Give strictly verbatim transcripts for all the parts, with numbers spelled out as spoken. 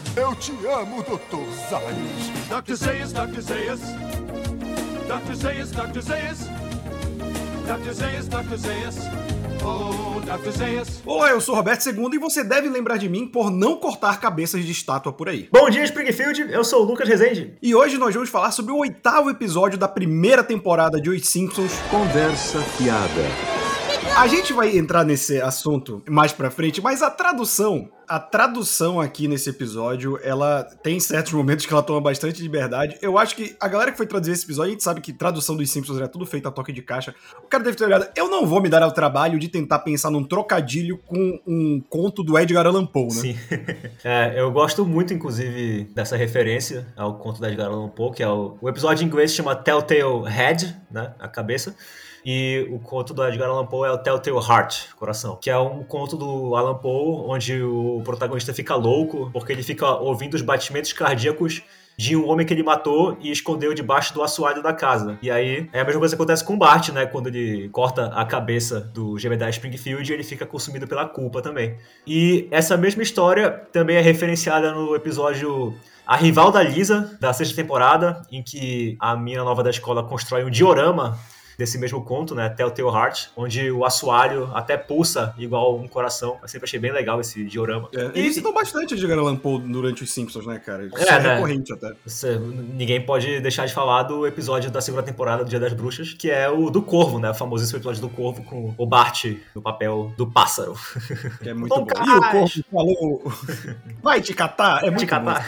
Eu te amo, doutor Zayas. doutor Zayas, doutor Zayas. doutor Zayas, doutor Zayas. doutor Zayas, doutor Zayas. Oh, doutor Zayas. Olá, eu sou Roberto Segundo e você deve lembrar de mim por não cortar cabeças de estátua por aí. Bom dia, Springfield. Eu sou o Lucas Rezende. E hoje nós vamos falar sobre o oitavo episódio da primeira temporada de Os Simpsons. Conversa fiada. A gente vai entrar nesse assunto mais pra frente, mas a tradução, a tradução aqui nesse episódio, ela tem certos momentos que ela toma bastante liberdade. Eu acho que a galera que foi traduzir esse episódio, a gente sabe que tradução dos Simpsons era tudo feito a toque de caixa. O cara deve ter olhado, eu não vou me dar ao trabalho de tentar pensar num trocadilho com um conto do Edgar Allan Poe, né? Sim. É, eu gosto muito, inclusive, dessa referência ao conto do Edgar Allan Poe, que é o, o episódio em inglês se chama Telltale Head, né, a cabeça. E o conto do Edgar Allan Poe é o Telltale Heart, coração, que é um conto do Allan Poe onde o protagonista fica louco porque ele fica ouvindo os batimentos cardíacos de um homem que ele matou e escondeu debaixo do assoalho da casa. E aí, é a mesma coisa que acontece com o Bart, né? Quando ele corta a cabeça do Jebediah Springfield, ele fica consumido pela culpa também. E essa mesma história também é referenciada no episódio A Rival da Lisa, da sexta temporada, em que a menina nova da escola constrói um diorama desse mesmo conto, né, Telltale Heart, onde o assoalho até pulsa igual um coração. Eu sempre achei bem legal esse diorama. É, eles citam bastante de Edgar Allan Poe durante os Simpsons, né, cara? Isso é, é né? recorrente até. Você, ninguém pode deixar de falar do episódio da segunda temporada do Dia das Bruxas, que é o do Corvo, né, o famosíssimo episódio do Corvo com o Bart no papel do pássaro. Que é muito Tom bom. Caz. E o Corvo falou, vai te catar? É muito te catar.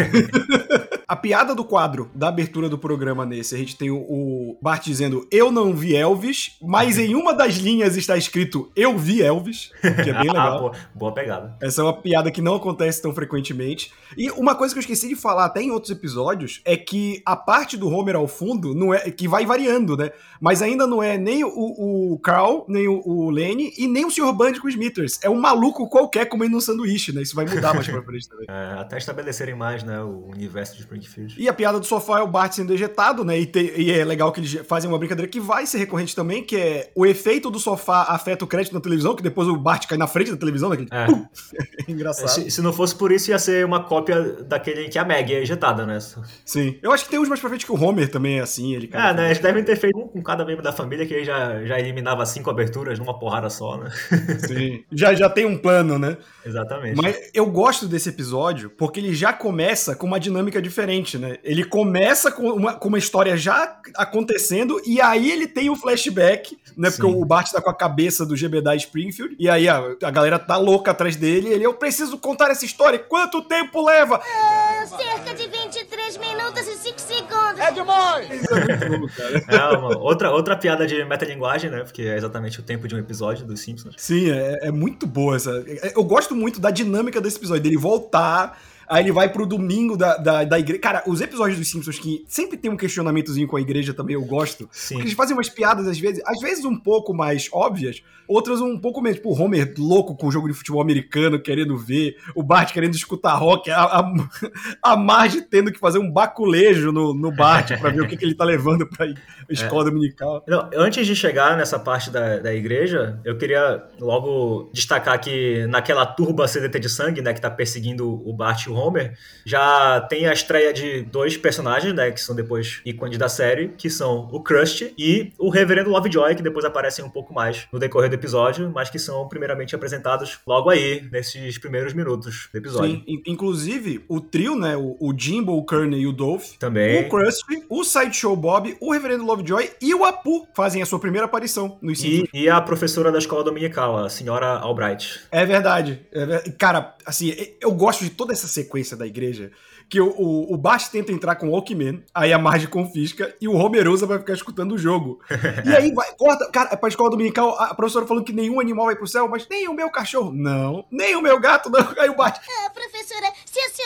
A piada do quadro da abertura do programa nesse, a gente tem o, o Bart dizendo, eu não vi Elvis, mas em uma das linhas está escrito, eu vi Elvis, que é bem legal. Ah, boa, boa pegada. Essa é uma piada que não acontece tão frequentemente. E uma coisa que eu esqueci de falar até em outros episódios, é que a parte do Homer ao fundo, não é, que vai variando, né? Mas ainda não é nem o, o Carl, nem o, o Lenny, e nem o senhor Band com os Smithers. É um maluco qualquer comendo um sanduíche, né? Isso vai mudar mais pra frente também. É, até estabelecerem mais, né, o universo de Springfield. E a piada do sofá é o Bart sendo ejetado, né? E, te, e é legal que eles fazem uma brincadeira que vai ser recorrente também, que é o efeito do sofá afeta o crédito na televisão, que depois o Bart cai na frente da televisão, né? É. Pum! É engraçado. Se, se não fosse por isso, ia ser uma cópia daquele que a Maggie é ejetada, né? Sim. Eu acho que tem uns mais pra frente que o Homer também é assim. Ele é, né? Eles devem ter feito um com cada membro da família, que aí já, já eliminava cinco aberturas numa porrada só, né? Sim. Já, já tem um plano, né? Exatamente. Mas eu gosto desse episódio porque ele já começa com uma dinâmica diferente, né? Ele começa com uma, com uma história já acontecendo e aí ele tem um flashback, né? Porque Sim. o Bart tá com a cabeça do Jebediah Springfield e aí a, a galera tá louca atrás dele e ele, eu preciso contar essa história. Quanto tempo leva? Uh, cerca de vinte e três minutos e cinco segundos. É demais! Isso é muito bom, cara. É uma, outra, outra piada de metalinguagem, né? Porque é exatamente o tempo de um episódio dos Simpsons. Sim, é, é muito boa essa. Eu gosto muito da dinâmica desse episódio, dele voltar. Aí ele vai pro domingo da, da, da igreja. Cara, os episódios dos Simpsons que sempre tem um questionamentozinho com a igreja também, eu gosto. Sim. Porque eles fazem umas piadas, às vezes, às vezes um pouco mais óbvias, outras um pouco menos. Tipo, o Homer louco com o jogo de futebol americano, querendo ver, o Bart querendo escutar rock, a, a, a Marge tendo que fazer um baculejo no, no Bart pra ver o que, que ele tá levando pra escola é. dominical. Não, antes de chegar nessa parte da, da igreja, eu queria logo destacar que naquela turba C D T de sangue, né, que tá perseguindo o Bart e o Homer, já tem a estreia de dois personagens, né, que são depois ícones da série, que são o Krusty e o Reverendo Lovejoy, que depois aparecem um pouco mais no decorrer do episódio, mas que são primeiramente apresentados logo aí, nesses primeiros minutos do episódio. Sim, inclusive o trio, né, o, o Jimbo, o Kearney e o Dolph, também. O Krusty, o Sideshow Bob, o Reverendo Lovejoy e o Apu fazem a sua primeira aparição nos Simpsons. E, e a professora da escola dominical, a senhora Albright. É verdade. É verdade. Cara, assim, eu gosto de toda essa sequência da igreja, que o, o, o Bart tenta entrar com o Walkman, aí a Marge confisca e o Homer usa vai ficar escutando o jogo. E aí vai, corta, cara, pra escola dominical, a professora falando que nenhum animal vai pro céu, mas nem o meu cachorro, não, nem o meu gato, não. Aí o Bart... Ah, professora, se a senhora for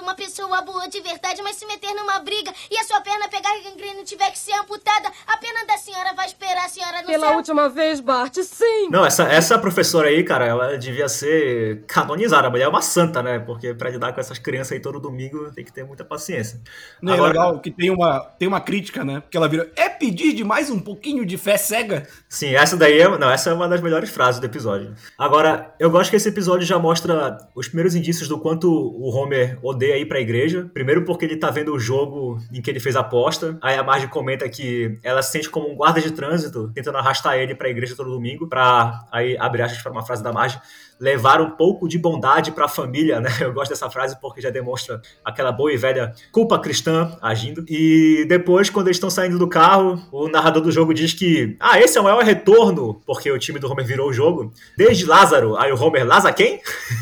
uma pessoa boa de verdade, mas se meter numa briga e a sua perna pegar gangrena e tiver que ser amputada, a pena da senhora vai esperar a senhora no Pela céu. última vez, Bart, sim! Não, essa, essa professora aí, cara, ela devia ser canonizada. A mulher é uma santa, né? Porque pra lidar com essas crianças aí todo domingo tem que ter muita paciência. Não, Agora, é legal que tem uma, tem uma crítica, né? Porque ela vira, é pedir demais um pouquinho de fé cega? sim, essa daí é, não, essa é uma das melhores frases do episódio. Agora, eu gosto que esse episódio já mostra os primeiros indícios do quanto o Homer odeia ir pra igreja. Primeiro porque ele tá vendo o jogo em que ele fez a aposta. Aí a Marge comenta que ela se sente como um guarda de trânsito, tentando arrastar ele pra igreja todo domingo, pra, aí abre aspas para uma frase da Marge, levar um pouco de bondade pra família, né? Eu gosto dessa frase porque já demonstra aquela boa e velha culpa cristã agindo. E depois, quando eles estão saindo do carro, o narrador do jogo diz que ah, esse é o maior retorno, porque o time do Homer virou o jogo, desde Lázaro. Aí o Homer, Lázaro quem?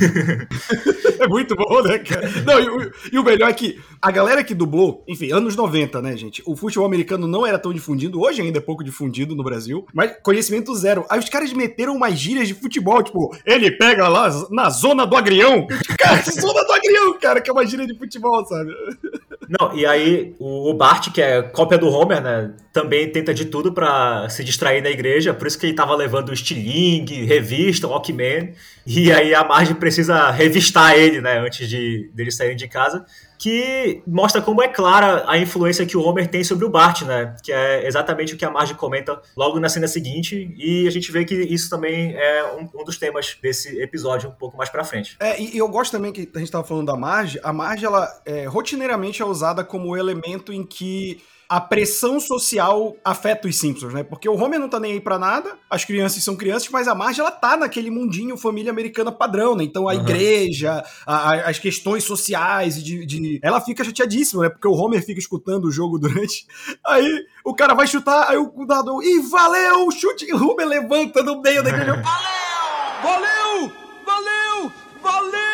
É muito bom, né, cara? Não, e, o- e o melhor é que a galera que dublou, enfim, anos noventa, né, gente? O futebol americano não era tão difundido, hoje ainda é pouco difundido no Brasil, mas conhecimento zero. Aí os caras meteram umas gírias de futebol, tipo, ele pega lá na zona do agrião. Cara, zona do agrião, cara, que é uma gíria de futebol, sabe? Não, e aí o o Bart, que é cópia do Homer, né, também tenta de tudo pra se distrair na igreja, por isso que ele tava levando estilingue, revista, Walkman, e aí a Marge precisa revistar ele, né, antes de dele sair de casa, que mostra como é clara a influência que o Homer tem sobre o Bart, né, que é exatamente o que a Marge comenta logo na cena seguinte, e a gente vê que isso também é um, um dos temas desse episódio um pouco mais pra frente. É, e e eu gosto também que a gente tava falando da Marge. A Marge, ela é, rotineiramente é usada como o elemento em que a pressão social afeta os Simpsons, né? Porque o Homer não tá nem aí pra nada, as crianças são crianças, mas a Marge, ela tá naquele mundinho família americana padrão, né? Então a Uhum. igreja, a- a- as questões sociais, de, de- ela fica chateadíssima, né? Porque o Homer fica escutando o jogo durante... Aí o cara vai chutar, aí o narrador, ih, valeu, chute, e o Homer levanta no meio da igreja. Valeu! Valeu! Valeu!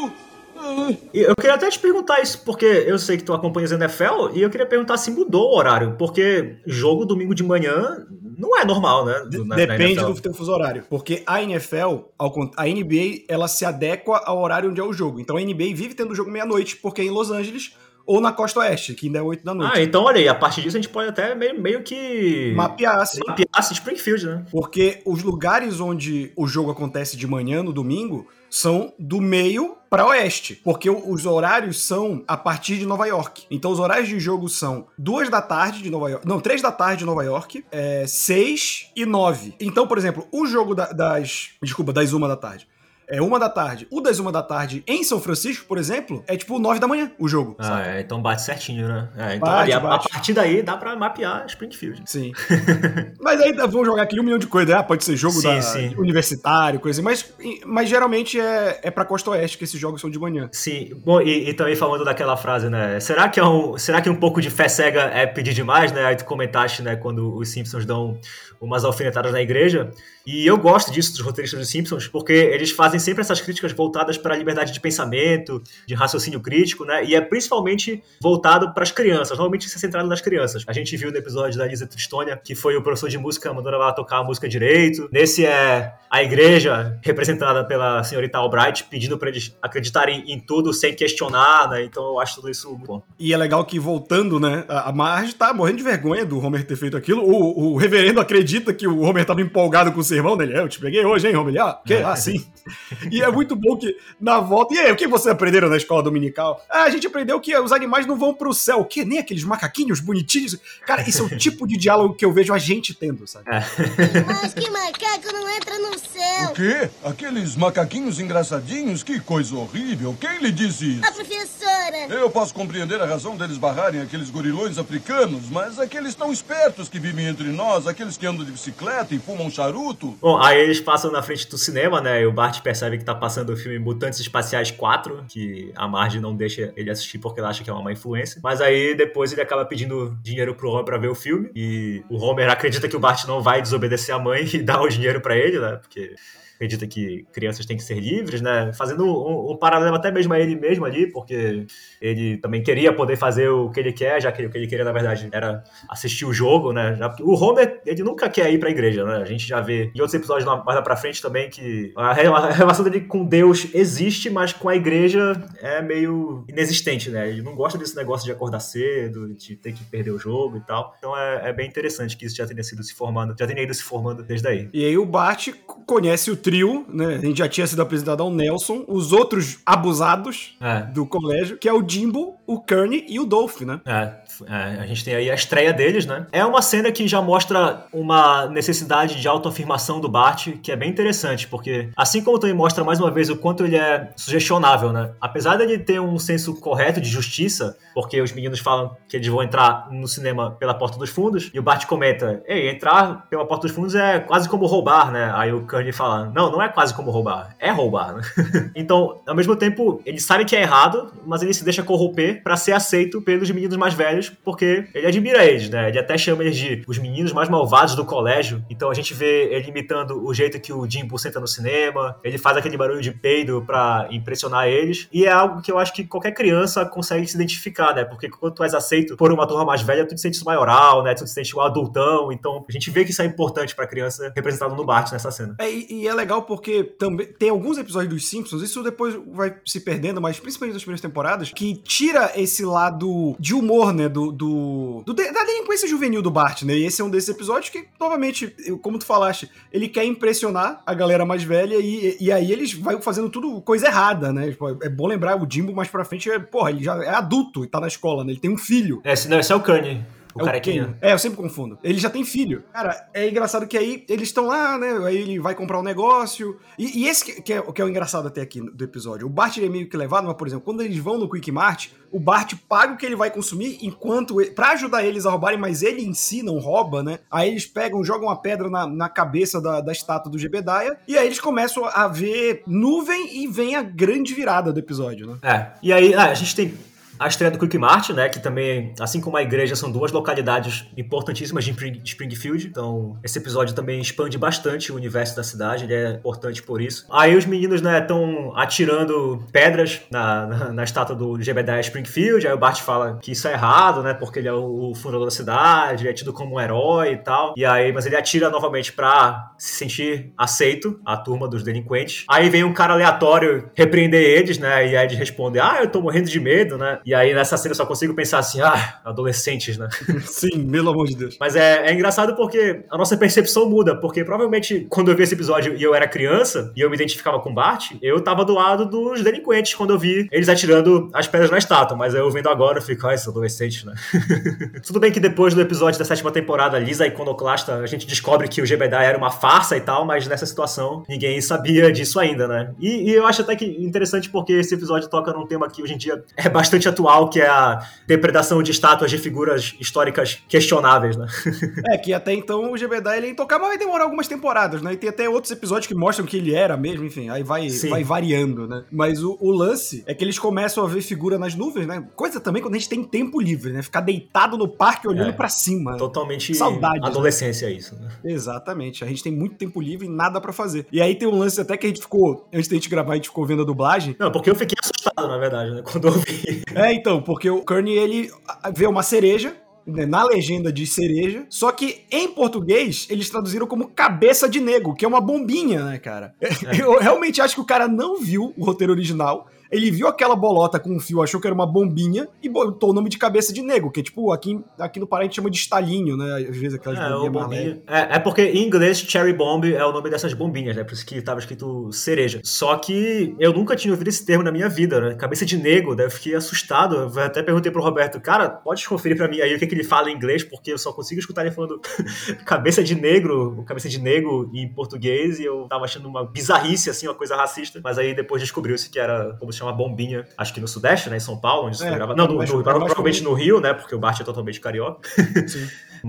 E eu queria até te perguntar isso, porque eu sei que tu acompanhas a N F L, e eu queria perguntar se mudou o horário, porque jogo domingo de manhã não é normal, né? De- na- na Depende N F L. do teu fuso horário. Porque a N F L, ao cont- a N B A, ela se adequa ao horário onde é o jogo. Então a N B A vive tendo jogo meia-noite, porque é em Los Angeles ou na costa oeste, que ainda é oito da noite. Ah, então olha aí, a partir disso a gente pode até meio, meio que Mapear, assim. mapear esse Springfield, né? Porque os lugares onde o jogo acontece de manhã, no domingo, são do meio para oeste. Porque o- os horários são a partir de Nova York. Então os horários de jogo são duas da tarde de Nova York. Não, três da tarde de Nova York, é, seis e nove. Então, por exemplo, o jogo da- das. Desculpa, das uma da tarde. É uma da tarde. O das uma da tarde em São Francisco, por exemplo, é tipo nove da manhã o jogo. Ah, sabe? é, então bate certinho, né? É, então Bate, ali, a, a bate. partir daí dá pra mapear Springfield. Sim. Mas aí vão jogar aquele um milhão de coisas, né? Pode ser jogo Sim, da, sim. universitário, coisa assim. Mas, mas geralmente é, é pra costa oeste que esses jogos são de manhã. Sim, bom, e, e também falando daquela frase, né? Será que, é um, será que um pouco de fé cega é pedir demais, né? Aí tu comentaste, né, quando os Simpsons dão umas alfinetadas na igreja. E eu gosto disso dos roteiristas dos Simpsons, porque eles fazem sempre essas críticas voltadas para a liberdade de pensamento, de raciocínio crítico, né? E é principalmente voltado para as crianças. Normalmente isso é centrado nas crianças. A gente viu no episódio da Lisa Tristônia, que foi o professor de música mandando ela tocar a música direito. Nesse é a igreja, representada pela senhorita Albright, pedindo para eles acreditarem em tudo sem questionar, né? Então eu acho tudo isso muito bom. E é legal que, voltando, né? A a Marge tá morrendo de vergonha do Homer ter feito aquilo. O, o reverendo acredita que o Homer tava empolgado com o sermão dele. É, eu te peguei hoje, hein, Homer? Ele, ah, que? Ah, sim. E é muito bom que, na volta... E aí, o que vocês aprenderam na escola dominical? Ah, a gente aprendeu que os animais não vão pro céu. O quê? Nem aqueles macaquinhos bonitinhos? Cara, esse é o tipo de diálogo que eu vejo a gente tendo, sabe? Mas que macaco não entra no céu? O quê? Aqueles macaquinhos engraçadinhos? Que coisa horrível. Quem lhe disse isso? A professora. Eu posso compreender a razão deles barrarem aqueles gorilões africanos, mas aqueles tão espertos que vivem entre nós, aqueles que andam de bicicleta e fumam charuto... Bom, aí eles passam na frente do cinema, né? E o Bart percebe que tá passando o filme Mutantes Espaciais quatro, que a Marge não deixa ele assistir porque ela acha que é uma má influência. Mas aí depois ele acaba pedindo dinheiro pro Homer pra ver o filme. E o Homer acredita que o Bart não vai desobedecer a mãe e dá o dinheiro pra ele, né? Porque acredita que crianças têm que ser livres, né? Fazendo um, um paralelo até mesmo a ele mesmo ali, porque ele também queria poder fazer o que ele quer, já que o que ele queria, na verdade, era assistir o jogo, né? Já, o Homer, ele nunca quer ir pra igreja, né? A gente já vê em outros episódios mais lá pra frente também que a relação dele com Deus existe, mas com a igreja é meio inexistente, né? Ele não gosta desse negócio de acordar cedo, de ter que perder o jogo e tal. Então é, é bem interessante que isso já tenha sido se formando, já tenha ido se formando desde aí. E aí o Bart conhece o trio, né? A gente já tinha sido apresentado ao Nelson, os outros abusados É. do colégio, que é o Jimbo, o Kearney e o Dolph, né? É, é, a gente tem aí a estreia deles, né? É uma cena que já mostra uma necessidade de autoafirmação do Bart, que é bem interessante, porque assim como também mostra mais uma vez o quanto ele é sugestionável, né? Apesar dele ter um senso correto de justiça, porque os meninos falam que eles vão entrar no cinema pela porta dos fundos, e o Bart comenta, ei, entrar pela porta dos fundos é quase como roubar, né? Aí o Kearney fala, não, não é quase como roubar, é roubar, né? Então, ao mesmo tempo, ele sabe que é errado, mas ele se deixa corromper pra ser aceito pelos meninos mais velhos, porque ele admira eles, né? Ele até chama eles de os meninos mais malvados do colégio. Então a gente vê ele imitando o jeito que o Jimbo senta no cinema, ele faz aquele barulho de peido pra impressionar eles, e é algo que eu acho que qualquer criança consegue se identificar, né? Porque quando tu és aceito por uma turma mais velha, tu te sente maioral, né? Tu te sente um adultão, então a gente vê que isso é importante pra criança, representado no Bart nessa cena. É, e, e é legal porque também tem alguns episódios dos Simpsons, isso depois vai se perdendo, mas principalmente nas primeiras temporadas, que tira esse lado de humor, né, do, do, do da delinquência juvenil do Bart, né, e esse é um desses episódios que, novamente, como tu falaste, ele quer impressionar a galera mais velha e, e aí eles vão fazendo tudo coisa errada, né, é bom lembrar, o Jimbo mais pra frente, é, porra, ele já é adulto e tá na escola, né, ele tem um filho. É, não, esse é o Kearney. O é carequinha. O é, eu sempre confundo. Ele já tem filho. Cara, é engraçado que aí eles estão lá, né? Aí ele vai comprar um negócio. E, e esse que, que, é, que é o engraçado até aqui do episódio. O Bart ele é meio que levado, mas, por exemplo, quando eles vão no Quick Mart, o Bart paga o que ele vai consumir enquanto ele, pra ajudar eles a roubarem, mas ele em si não rouba, né? Aí eles pegam, jogam uma pedra na, na cabeça da, da estátua do Jebediah e aí eles começam a ver nuvem e vem a grande virada do episódio, né? É. E aí, ah, a gente tem a estreia do Quick Mart, né, que também, assim como a igreja, são duas localidades importantíssimas de Springfield, então esse episódio também expande bastante o universo da cidade, ele é importante por isso. Aí os meninos, né, estão atirando pedras na, na, na estátua do Jebediah Springfield, aí o Bart fala que isso é errado, né, porque ele é o fundador da cidade, ele é tido como um herói e tal, e aí, mas ele atira novamente pra se sentir aceito, a turma dos delinquentes. Aí vem um cara aleatório repreender eles, né, e aí eles respondem, ah, eu tô morrendo de medo, né. E aí nessa cena eu só consigo pensar assim, ah, adolescentes, né? Sim, pelo amor de Deus. Mas é, é engraçado porque a nossa percepção muda, porque provavelmente quando eu vi esse episódio e eu era criança, e eu me identificava com Bart, eu tava do lado dos delinquentes quando eu vi eles atirando as pedras na estátua, mas eu vendo agora eu fico, ah, esses adolescentes, né? Tudo bem que depois do episódio da sétima temporada, Lisa Iconoclasta, a gente descobre que o Jebediah era uma farsa e tal, mas nessa situação ninguém sabia disso ainda, né? E, e eu acho até que interessante porque esse episódio toca num tema que hoje em dia é bastante atual, que é a depredação de estátuas de figuras históricas questionáveis, né? É, que até então o Jebediah ele é intocável, mas vai demorar algumas temporadas, né? E tem até outros episódios que mostram que ele era mesmo, enfim, aí vai, vai variando, né? Mas o, o lance é que eles começam a ver figura nas nuvens, né? Coisa também quando a gente tem tempo livre, né? Ficar deitado no parque olhando é, pra cima. Totalmente saudade, adolescência, né? Isso, né? Exatamente. A gente tem muito tempo livre e nada pra fazer. E aí tem um lance até que a gente ficou, antes da gente gravar, a gente ficou vendo a dublagem. Não, porque eu fiquei assustado, na verdade, né? Quando eu vi. É, então, porque o Kearney, ele vê uma cereja, né, na legenda de cereja, só que em português eles traduziram como cabeça de nego, que é uma bombinha, né, cara? É. Eu realmente acho que o cara não viu o roteiro original. Ele viu aquela bolota com um fio, achou que era uma bombinha e botou o nome de cabeça de nego, que é tipo, aqui, aqui no Pará a gente chama de estalinho, né? Às vezes aquelas é, bombinhas bombinha. é, é porque em inglês Cherry Bomb é o nome dessas bombinhas, né? Por isso que tava escrito cereja. Só que eu nunca tinha ouvido esse termo na minha vida, né? Cabeça de nego, daí eu fiquei assustado. Eu até perguntei pro Roberto, cara, pode conferir pra mim aí o que, que ele fala em inglês, porque eu só consigo escutar ele falando cabeça de negro, cabeça de nego em português, e eu tava achando uma bizarrice, assim, uma coisa racista. Mas aí depois descobriu-se que era como se chama Bombinha, acho que no Sudeste, né, em São Paulo, onde isso É, foi gravado. Não, no, mais- no, mais provavelmente comum. no Rio, né, porque o Bart é totalmente carioca. Sim.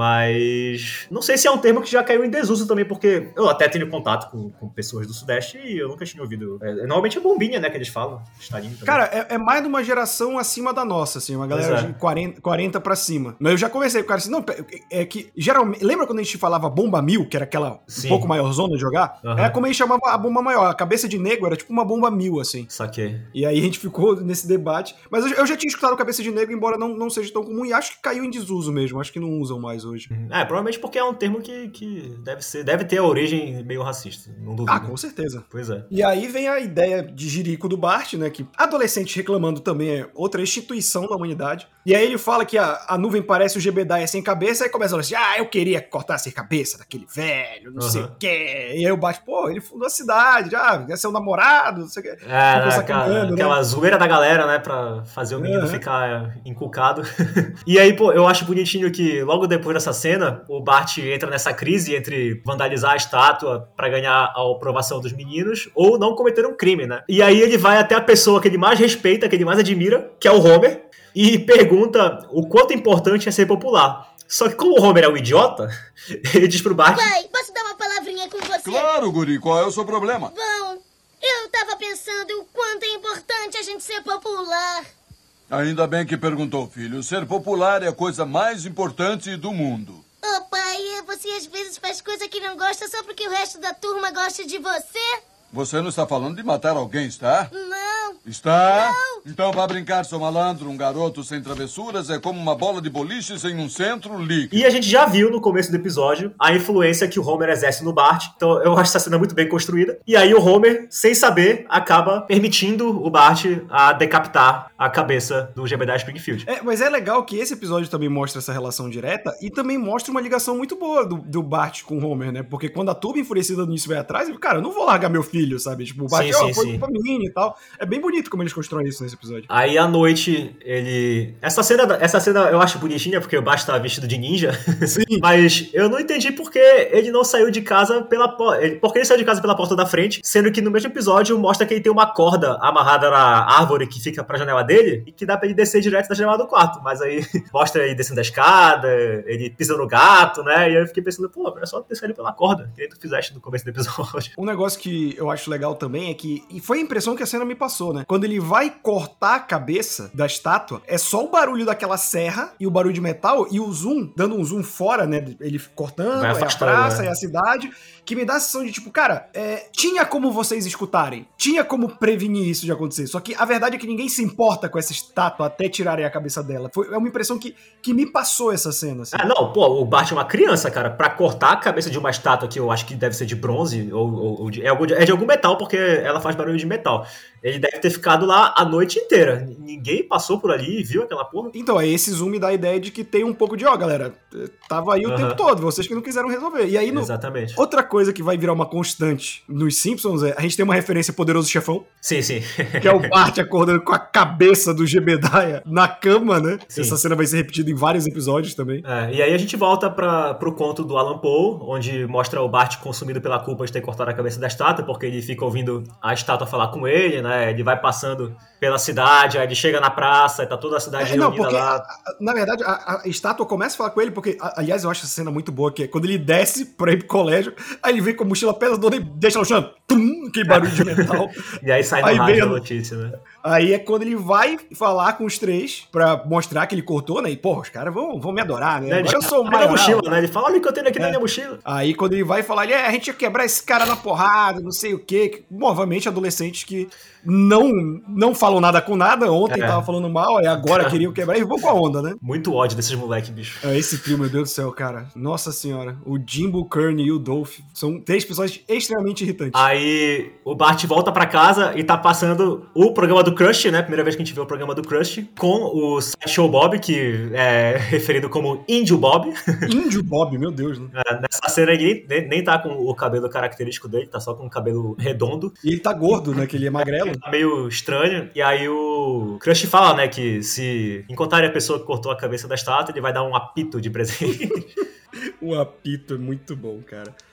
Mas não sei se é um termo que já caiu em desuso também, porque eu até tenho contato com, com pessoas do Sudeste e eu nunca tinha ouvido. É, normalmente é bombinha, né, que eles falam. Estadinho também. Cara, é, é mais de uma geração acima da nossa, assim, uma galera Pois é. de quarenta, quarenta pra cima. Mas eu já conversei com o cara assim, não, é que geralmente, lembra quando a gente falava bomba mil, que era aquela Sim. um pouco maior zona de jogar? Aham. Era como a gente chamava a bomba maior, a cabeça de negro era tipo uma bomba mil, assim. Saquei. E aí a gente ficou nesse debate. Mas eu, eu já tinha escutado cabeça de negro, embora não, não seja tão comum, e acho que caiu em desuso mesmo, acho que não usam mais hoje. É, provavelmente porque é um termo que, que deve ser, deve ter a origem meio racista, não duvido. Ah, com certeza. Pois é. E aí vem a ideia de jirico do Bart, né? Que adolescente reclamando também é outra instituição da humanidade. E aí ele fala que a, a nuvem parece o Jebediah sem cabeça, aí começa a falar assim, ah, eu queria cortar sem cabeça daquele velho, não sei Uhum. o quê. E aí o Bart, pô, ele fundou a cidade, ah, quer ser um namorado, não sei o quê. É, Ficou né, sacaneando, aquela, né? aquela zoeira da galera, né, pra fazer o menino Uhum. ficar encucado. E aí, pô, eu acho bonitinho que logo depois dessa cena, o Bart entra nessa crise entre vandalizar a estátua pra ganhar a aprovação dos meninos ou não cometer um crime, né? E aí ele vai até a pessoa que ele mais respeita, que ele mais admira, que é o Homer, e pergunta o quanto importante é ser popular. Só que como o Homer é um idiota, ele diz pro Bart... Pai, posso dar uma palavrinha com você? Claro, guri, qual é o seu problema? Bom, eu tava pensando o quanto é importante a gente ser popular. Ainda bem que perguntou, filho. Ser popular é a coisa mais importante do mundo. Ô pai, você às vezes faz coisa que não gosta só porque o resto da turma gosta de você? Você não está falando de matar alguém, está? Não. Está? Não. Então vá brincar, seu malandro. Um garoto sem travessuras é como uma bola de boliche sem um centro líquido. E a gente já viu no começo do episódio a influência que o Homer exerce no Bart. Então eu acho essa cena muito bem construída. E aí o Homer, sem saber, acaba permitindo o Bart a decapitar a cabeça do Jebediah Springfield. É, mas é legal que esse episódio também mostra essa relação direta e também mostra uma ligação muito boa do, do Bart com o Homer, né? Porque quando a turma enfurecida nisso vai atrás, ele, cara, eu não vou largar meu filho, sabe? Tipo, o Bart, Sim, ó, sim, foi sim. pra mim e tal. É bem bonito como eles constroem isso nesse episódio. Aí à noite ele. Essa cena, essa cena eu acho bonitinha, porque o Bart tá vestido de ninja. Sim. Mas eu não entendi porque ele não saiu de casa pela porta. Porque ele saiu de casa pela porta da frente, sendo que no mesmo episódio mostra que ele tem uma corda amarrada na árvore que fica pra janela dele e que dá pra ele descer direto da janela do quarto. Mas aí mostra ele descendo a escada, ele pisa no gato, né? E aí eu fiquei pensando, pô, é só descer ele pela corda, que nem tu fizeste no começo do episódio. Um negócio que eu acho legal também é que, e foi a impressão que a cena me passou, né? Quando ele vai cortar a cabeça da estátua, é só o barulho daquela serra e o barulho de metal e o zoom, dando um zoom fora, né? Ele cortando, Vai aí a afastando, praça, né? aí a cidade, que me dá a sensação de tipo, cara, é, tinha como vocês escutarem, tinha como prevenir isso de acontecer, só que a verdade é que ninguém se importa com essa estátua até tirarem a cabeça dela. Foi, é uma impressão que, que me passou essa cena, assim. Ah, não, pô, o Bart é uma criança, cara. Pra cortar a cabeça de uma estátua que eu acho que deve ser de bronze, ou, ou, ou de, é, algum, é de algum metal, porque ela faz barulho de metal. Ele deve ter ficado lá a noite inteira. Ninguém passou por ali e viu aquela porra. Então, aí esse zoom me dá a ideia de que tem um pouco de, ó, galera, tava aí o Aham. tempo todo, vocês que não quiseram resolver. E aí, no, Exatamente. outra coisa que vai virar uma constante nos Simpsons é, a gente tem uma referência Poderoso Chefão, Sim, sim. que é o Bart acordando com a cabeça do Jebediah na cama, né? Sim. Essa cena vai ser repetida em vários episódios também. É, e aí a gente volta pra, pro conto do Alan Poe, onde mostra o Bart consumido pela culpa de ter cortado a cabeça da estátua, porque ele fica ouvindo a estátua falar com ele, né? Ele vai passando pela cidade, aí ele chega na praça, e tá toda a cidade É, não, reunida porque, lá. a- a- na verdade, a, a estátua começa a falar com ele, porque, a- aliás, eu acho essa cena muito boa, que é quando ele desce pra ir pro colégio, aí ele vem com a mochila pesadona e deixa no chão, tum, aquele barulho de metal. E aí sai no Aí rádio vem a a- notícia, né? Aí é quando ele vai falar com os três pra mostrar que ele cortou, né? E, porra, os caras vão, vão me adorar, né? Né, Agora eu sou o Olha a maior. mochila, né? Ele fala, olha o que eu tenho aqui na É. minha mochila. Aí quando ele vai falar, ele, é, a gente ia quebrar esse cara na porrada, não sei o quê. Bom, obviamente, adolescentes que não, não falam nada com nada. Ontem É. tava falando mal, e agora queriam quebrar e vão com a onda, né? Muito ódio desses moleques, bicho. É, esse trio, meu Deus do céu, cara. Nossa senhora. O Jimbo, Kearney e o Dolph são três pessoas extremamente irritantes. Aí o Bart volta pra casa e tá passando o programa do Crush, né? Primeira vez que a gente vê o programa do Crush, com o Sideshow Bob, que é referido como Índio Bob. Índio Bob, meu Deus, né? É, nessa cena ele nem, nem tá com o cabelo característico dele, tá só com o cabelo redondo. E ele tá gordo, né? Que ele é magrelo. Tá meio estranho. E aí o Crush fala, né, que se encontrarem a pessoa que cortou a cabeça da estátua, ele vai dar um apito de presente. O apito é muito bom, cara.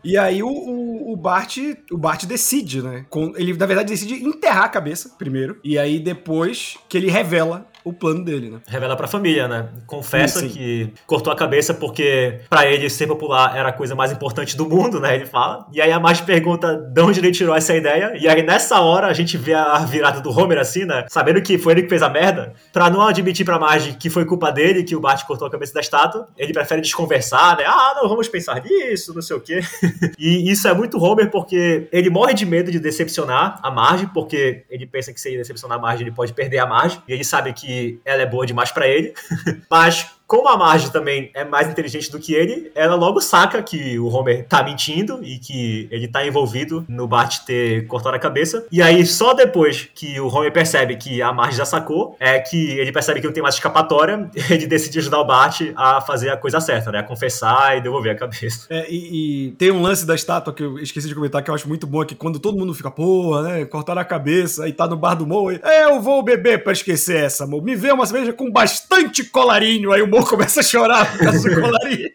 E aí o, o, o Bart o Bart decide, né? Com, ele, na verdade, decide enterrar a cabeça primeiro. E aí depois que ele revela o plano dele, né? Revela pra família, né? Confessa Sim, sim. que cortou a cabeça porque pra ele ser popular era a coisa mais importante do mundo, né? Ele fala. E aí a Marge pergunta de onde ele tirou essa ideia. E aí nessa hora a gente vê a virada do Homer assim, né? Sabendo que foi ele que fez a merda. Pra não admitir pra Marge que foi culpa dele, que o Bart cortou a cabeça da estátua, ele prefere desconversar, né? Ah, não, vamos pensar nisso, não sei o quê. E isso é muito Homer porque ele morre de medo de decepcionar a Marge, porque ele pensa que se ele decepcionar a Marge, ele pode perder a Marge. E ele sabe que ela é boa demais pra ele, mas como a Marge também é mais inteligente do que ele, ela logo saca que o Homer tá mentindo e que ele tá envolvido no Bart ter cortado a cabeça. E aí, só depois que o Homer percebe que a Marge já sacou, é que ele percebe que não tem mais escapatória, ele decide ajudar o Bart a fazer a coisa certa, né? A confessar e devolver a cabeça. É, e, e tem um lance da estátua que eu esqueci de comentar que eu acho muito bom, é que quando todo mundo fica, porra, né? Cortaram a cabeça e tá no bar do Mo, e, é, eu vou beber pra esquecer essa, Mo. Me vê uma cerveja com bastante colarinho. Aí o Mo começa a chorar por causa do colarinho.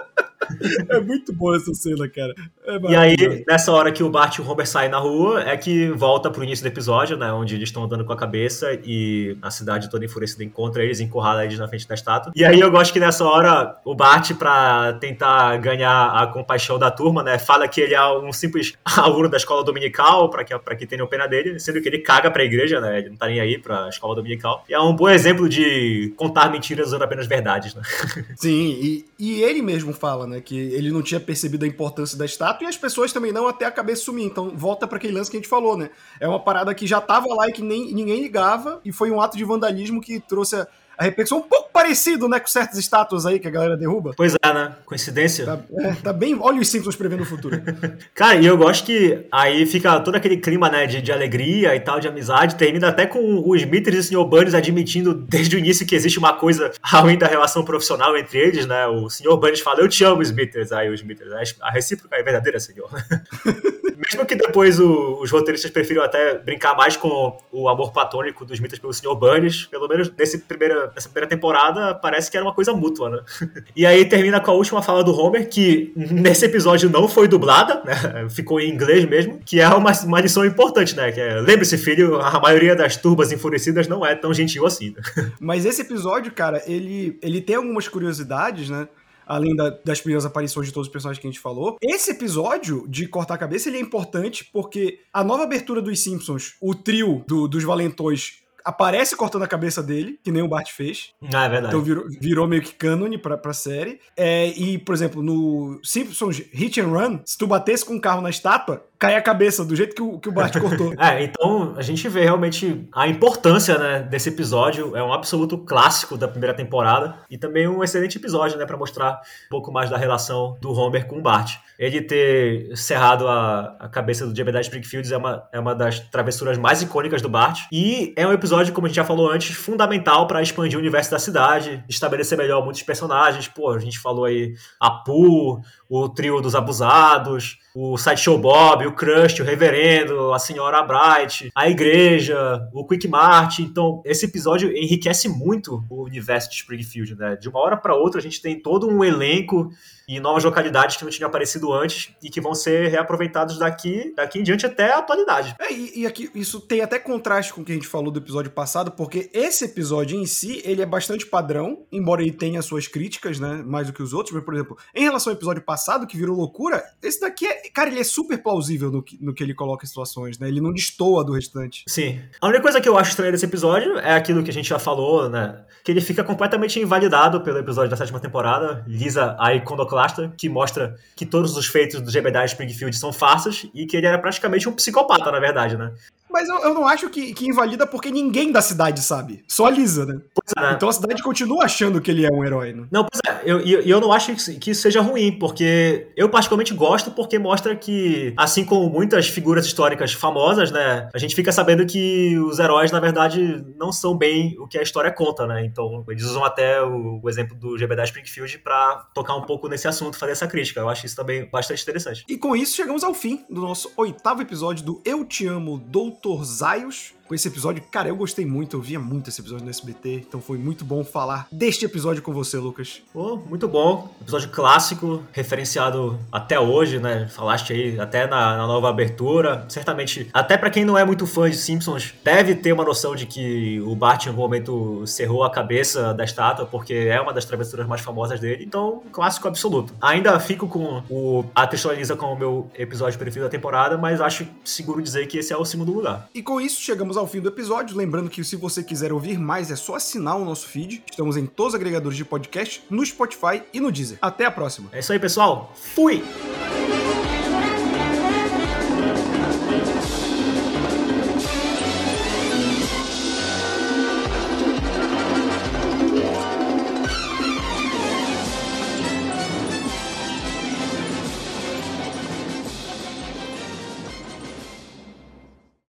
É muito boa essa cena, cara. É e aí, nessa hora que o Bart e o Homer saem na rua, é que volta pro início do episódio, né? Onde eles estão andando com a cabeça e a cidade toda enfurecida encontra eles, encurrala eles na frente da estátua. E aí eu gosto que nessa hora o Bart, pra tentar ganhar a compaixão da turma, né? Fala que ele é um simples aluno da escola dominical, pra que, pra que tenham pena dele, sendo que ele caga pra igreja, né? Ele não tá nem aí pra escola dominical. E é um bom exemplo de contar mentiras usando apenas verdades, né? Sim, e, e ele mesmo fala, né? Que ele não tinha percebido a importância da estátua e as pessoas também não, até a cabeça sumir. Então volta pra aquele lance que a gente falou, né? É uma parada que já tava lá e que nem, ninguém ligava, e foi um ato de vandalismo que trouxe a, a repercussão um pouco parecido, né, com certas estátuas aí que a galera derruba. Pois é, né? Coincidência. Tá, é, tá bem... Olha os Simpsons prevendo o futuro. Cara, e eu gosto que aí fica todo aquele clima, né, de, de alegria e tal, de amizade, termina até com o Smithers e o senhor Burns admitindo desde o início que existe uma coisa além da relação profissional entre eles, né? O senhor Burns fala, eu te amo, Smithers. Aí o Smithers, a recíproca é verdadeira, senhor. Mesmo que depois o, os roteiristas prefiram até brincar mais com o amor platônico dos Smithers pelo senhor Burns, pelo menos nesse primeira, nessa primeira temporada parece que era uma coisa mútua, né? E aí termina com a última fala do Homer, que nesse episódio não foi dublada, né? Ficou em inglês mesmo, que é uma, uma lição importante, né? Que é, lembre-se, filho, a maioria das turbas enfurecidas não é tão gentil assim. Né? Mas esse episódio, cara, ele, ele tem algumas curiosidades, né? Além da, das primeiras aparições de todos os personagens que a gente falou. Esse episódio de cortar a cabeça, ele é importante porque a nova abertura dos Simpsons, o trio do, dos valentões, aparece cortando a cabeça dele, que nem o Bart fez. Ah, é verdade. Então virou, virou meio que cânone pra, pra série. É, e, por exemplo, no Simpsons Hit and Run, se tu batesse com um carro na estátua, cai a cabeça, do jeito que o, que o Bart cortou. É, então a gente vê realmente a importância, né, desse episódio. É um absoluto clássico da primeira temporada e também um excelente episódio, né, pra mostrar um pouco mais da relação do Homer com o Bart. Ele ter cerrado a, a cabeça do Jebediah Springfield é uma, é uma das travessuras mais icônicas do Bart. E é um episódio, como a gente já falou antes, fundamental pra expandir o universo da cidade, estabelecer melhor muitos personagens. Pô, a gente falou aí a Pooh, o trio dos abusados, o Sideshow Bob, o Krusty, o Reverendo, a Senhora Bright, a Igreja, o Quick Mart. Então, esse episódio enriquece muito o universo de Springfield, né? De uma hora para outra, a gente tem todo um elenco e novas localidades que não tinham aparecido antes e que vão ser reaproveitados daqui, daqui em diante até a atualidade. É, e, e aqui isso tem até contraste com o que a gente falou do episódio passado, porque esse episódio em si, ele é bastante padrão, embora ele tenha suas críticas, né, mais do que os outros. Mas, por exemplo, em relação ao episódio passado, que virou loucura, esse daqui é, cara, ele é super plausível no que, no que ele coloca em situações, né, ele não destoa do restante. Sim. A única coisa que eu acho estranha desse episódio é aquilo que a gente já falou, né, que ele fica completamente invalidado pelo episódio da sétima temporada, Lisa, a iconoclasta, que mostra que todos os feitos do Jebediah Springfield são farsas e que ele era praticamente um psicopata, na verdade, né? Mas eu, eu não acho que, que invalida porque ninguém da cidade sabe. Só a Lisa, né? Pois é, né? Então a cidade continua achando que ele é um herói, né? Não, pois é. Eu, eu, eu não acho que isso seja ruim, porque eu particularmente gosto porque mostra que, assim como muitas figuras históricas famosas, né? A gente fica sabendo que os heróis, na verdade, não são bem o que a história conta, né? Então, eles usam até o, o exemplo do Jebediah Springfield pra tocar um pouco nesse assunto, fazer essa crítica. Eu acho isso também bastante interessante. E com isso chegamos ao fim do nosso oitavo episódio do Eu Te Amo, doutor Zaius. com esse episódio. Cara, eu gostei muito, eu via muito esse episódio no S B T, então foi muito bom falar deste episódio com você, Lucas. Pô, muito bom. Episódio clássico, referenciado até hoje, né? Falaste aí até na, na nova abertura. Certamente, até pra quem não é muito fã de Simpsons, deve ter uma noção de que o Bart em algum momento cerrou a cabeça da estátua, porque é uma das travessuras mais famosas dele. Então, um clássico absoluto. Ainda fico com o A Textura Lisa como o meu episódio preferido da temporada, mas acho seguro dizer que esse é o segundo lugar. E com isso, chegamos ao fim do episódio. Lembrando que se você quiser ouvir mais, é só assinar o nosso feed. Estamos em todos os agregadores de podcast, no Spotify e no Deezer. Até a próxima. É isso aí, pessoal. Fui!